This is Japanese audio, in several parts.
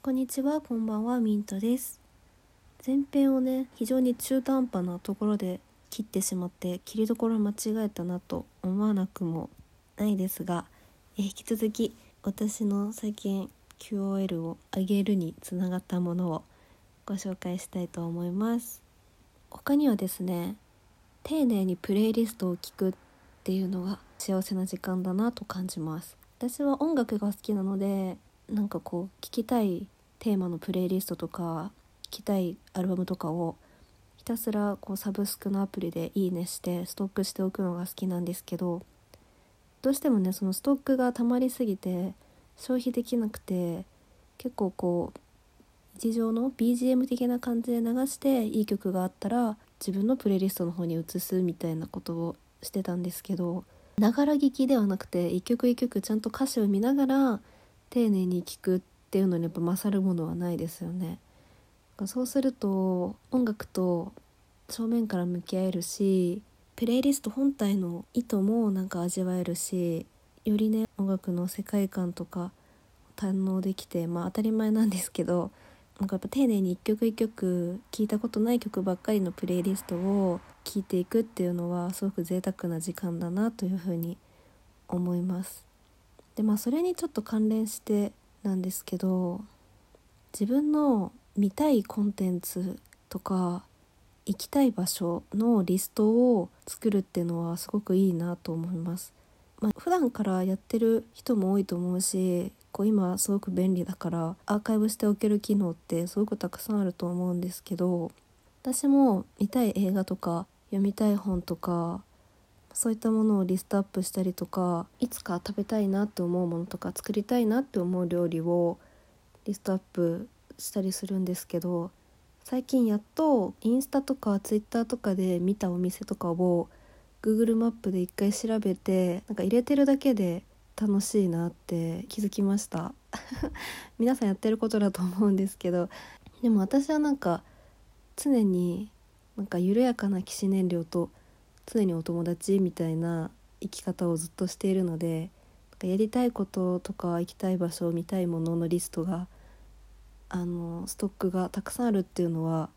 こんにちは、こんばんは、ミントです。前編をね、非常に中途半端なところで切ってしまって切りどころ間違えたなと思わなくもないですが、引き続き私の最近 QOL を上げるにつながったものをご紹介したいと思います。他にはですね、丁寧にプレイリストを聞くっていうのが幸せな時間だなと感じます。私は音楽が好きなので、聴きたいテーマのプレイリストとか聴きたいアルバムとかをひたすらサブスクのアプリでいいねしてストックしておくのが好きなんですけど、どうしてもねそのストックが溜まりすぎて消費できなくて、結構日常の BGM 的な感じで流していい曲があったら自分のプレイリストの方に移すみたいなことをしてたんですけど、ながら聞きではなくて一曲一曲ちゃんと歌詞を見ながら丁寧に聴くっていうのにやっぱ勝るものはないですよね。そうすると音楽と正面から向き合えるし、プレイリスト本体の意図も味わえるし、よりね音楽の世界観とか堪能できて、当たり前なんですけど、やっぱ丁寧に一曲一曲聴いたことない曲ばっかりのプレイリストを聴いていくっていうのはすごく贅沢な時間だなというふうに思います。でそれにちょっと関連してなんですけど、自分の見たいコンテンツとか行きたい場所のリストを作るっていうのはすごくいいなと思います。普段からやってる人も多いと思うし、今すごく便利だからアーカイブしておける機能ってすごくたくさんあると思うんですけど、私も見たい映画とか読みたい本とかそういったものをリストアップしたりとか、いつか食べたいなって思うものとか作りたいなって思う料理をリストアップしたりするんですけど、最近やっとインスタとかツイッターとかで見たお店とかを Google マップで一回調べて入れてるだけで楽しいなって気づきました皆さんやってることだと思うんですけど、でも私は常に緩やかな起死燃料と常にお友達みたいな生き方をずっとしているので、やりたいこととか行きたい場所見たいもののリストがストックがたくさんあるっていうのは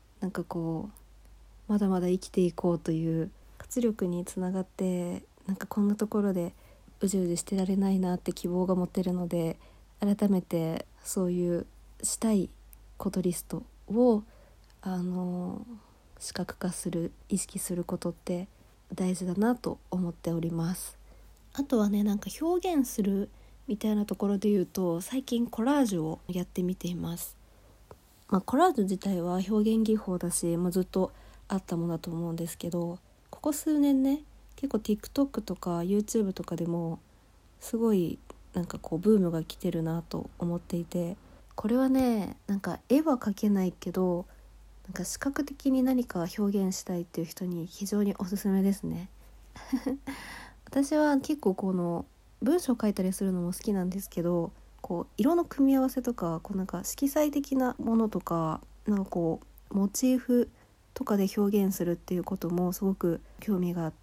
まだまだ生きていこうという活力につながって、こんなところでうじうじしてられないなって希望が持てるので、改めてそういうしたいことリストを視覚化する、意識することって大事だなと思っております。あとはね表現するみたいなところで言うと、最近コラージュをやってみています。コラージュ自体は表現技法だし、ずっとあったものだと思うんですけど、ここ数年ね結構 TikTok とか YouTube とかでもすごいブームが来てるなと思っていて、これはね絵は描けないけど視覚的に何か表現したいっていう人に非常におすすめですね私は結構文章を書いたりするのも好きなんですけど、色の組み合わせとか色彩的なものとかモチーフとかで表現するっていうこともすごく興味があって、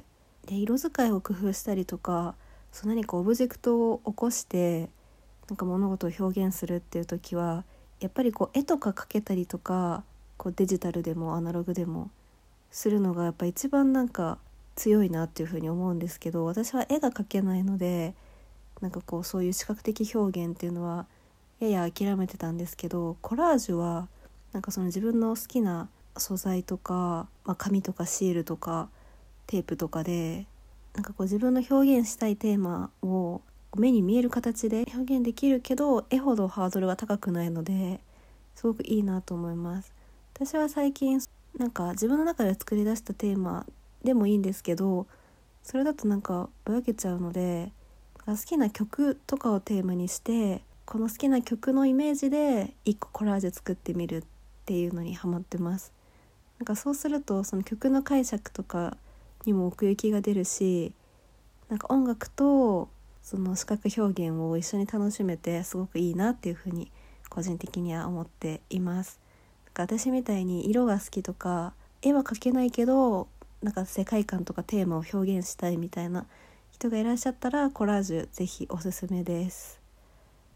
で色使いを工夫したりとか、何かオブジェクトを起こして物事を表現するっていう時はやっぱり絵とか描けたりとかデジタルでもアナログでもするのがやっぱ一番強いなっていうふうに思うんですけど、私は絵が描けないのでそういう視覚的表現っていうのはやや諦めてたんですけど、コラージュはその自分の好きな素材とか、紙とかシールとかテープとかで自分の表現したいテーマを目に見える形で表現できるけど、絵ほどハードルが高くないのですごくいいなと思います。私は最近自分の中で作り出したテーマでもいいんですけど、それだとぼやけちゃうので、好きな曲とかをテーマにして、この好きな曲のイメージで一個コラージュ作ってみるっていうのにハマってます。そうするとその曲の解釈とかにも奥行きが出るし、音楽とその視覚表現を一緒に楽しめてすごくいいなっていうふうに個人的には思っています。私みたいに色が好きとか絵は描けないけど世界観とかテーマを表現したいみたいな人がいらっしゃったら、コラージュぜひおすすめです。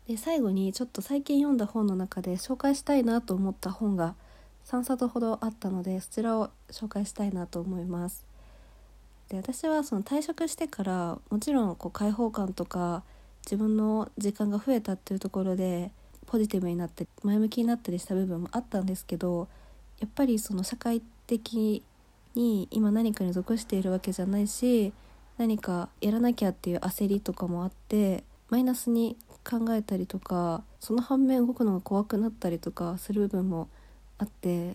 で最後にちょっと最近読んだ本の中で紹介したいなと思った本が3冊ほどあったので、そちらを紹介したいなと思います。で私はその退職してからもちろん解放感とか自分の時間が増えたっていうところでポジティブになって前向きになったりした部分もあったんですけど、やっぱりその社会的に今何かに属しているわけじゃないし、何かやらなきゃっていう焦りとかもあってマイナスに考えたりとか、その反面動くのが怖くなったりとかする部分もあって、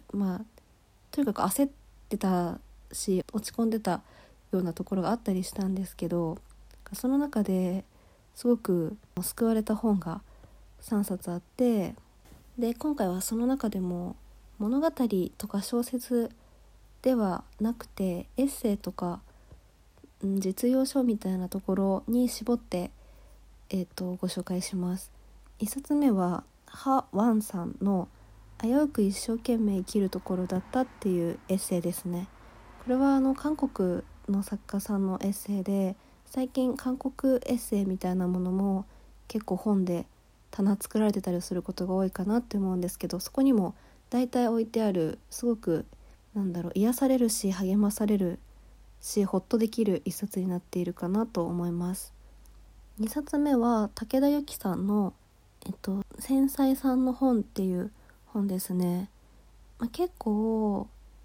とにかく焦ってたし落ち込んでたようなところがあったりしたんですけど、その中ですごく救われた本が3冊あって、で今回はその中でも物語とか小説ではなくてエッセイとか、実用書みたいなところに絞って、ご紹介します。1冊目はハ・ワンさんの危うく一生懸命生きるところだったっていうエッセイですね。これは韓国の作家さんのエッセイで、最近韓国エッセイみたいなものも結構本で棚作られてたりすることが多いかなって思うんですけど、そこにも大体置いてあるすごく癒されるし励まされるしほっとできる一冊になっているかなと思います。2冊目は武田由紀さんの繊細さんの本っていう本ですね。結構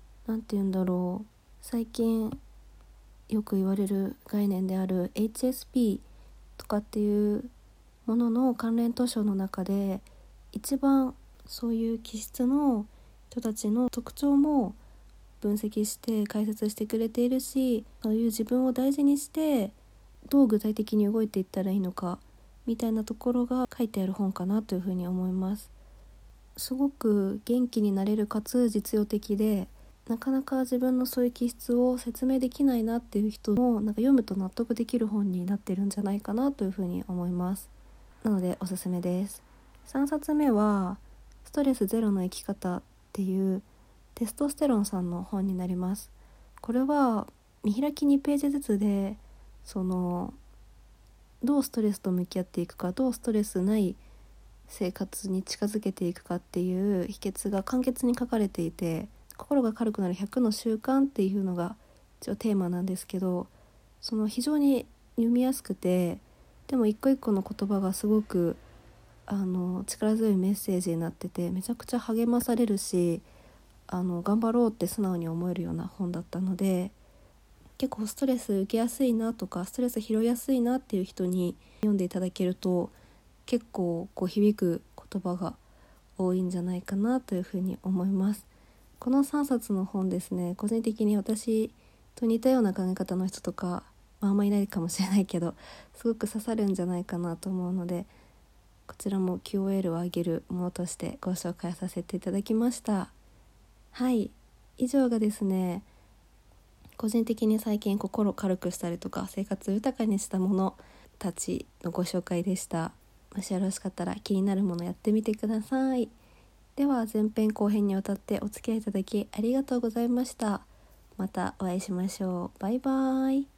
最近よく言われる概念である HSP とかっていうものの関連図書の中で一番そういう気質の人たちの特徴も分析して解説してくれているし、そういう自分を大事にしてどう具体的に動いていったらいいのかみたいなところが書いてある本かなというふうに思います。すごく元気になれるかつ実用的で、なかなか自分のそういう気質を説明できないなっていう人も読むと納得できる本になってるんじゃないかなというふうに思います。なのでおすすめです。3冊目はストレスゼロの生き方っていうテストステロンさんの本になります。これは見開き2ページずつでどうストレスと向き合っていくか、どうストレスない生活に近づけていくかっていう秘訣が簡潔に書かれていて、心が軽くなる100の習慣っていうのが一応テーマなんですけど、非常に読みやすくて、でも一個一個の言葉がすごく力強いメッセージになってて、めちゃくちゃ励まされるし頑張ろうって素直に思えるような本だったので、結構ストレス受けやすいなとかストレス拾いやすいなっていう人に読んでいただけると結構響く言葉が多いんじゃないかなというふうに思います。この3冊の本ですね、個人的に私と似たような考え方の人とか、あんまりいないかもしれないけどすごく刺さるんじゃないかなと思うので、こちらも QOL を上げるものとしてご紹介させていただきました。はい、以上がですね、個人的に最近心を軽くしたりとか生活を豊かにしたものたちのご紹介でした。もしよろしかったら気になるものやってみてください。では前編後編にわたってお付き合いいただきありがとうございました。またお会いしましょう。バイバイ。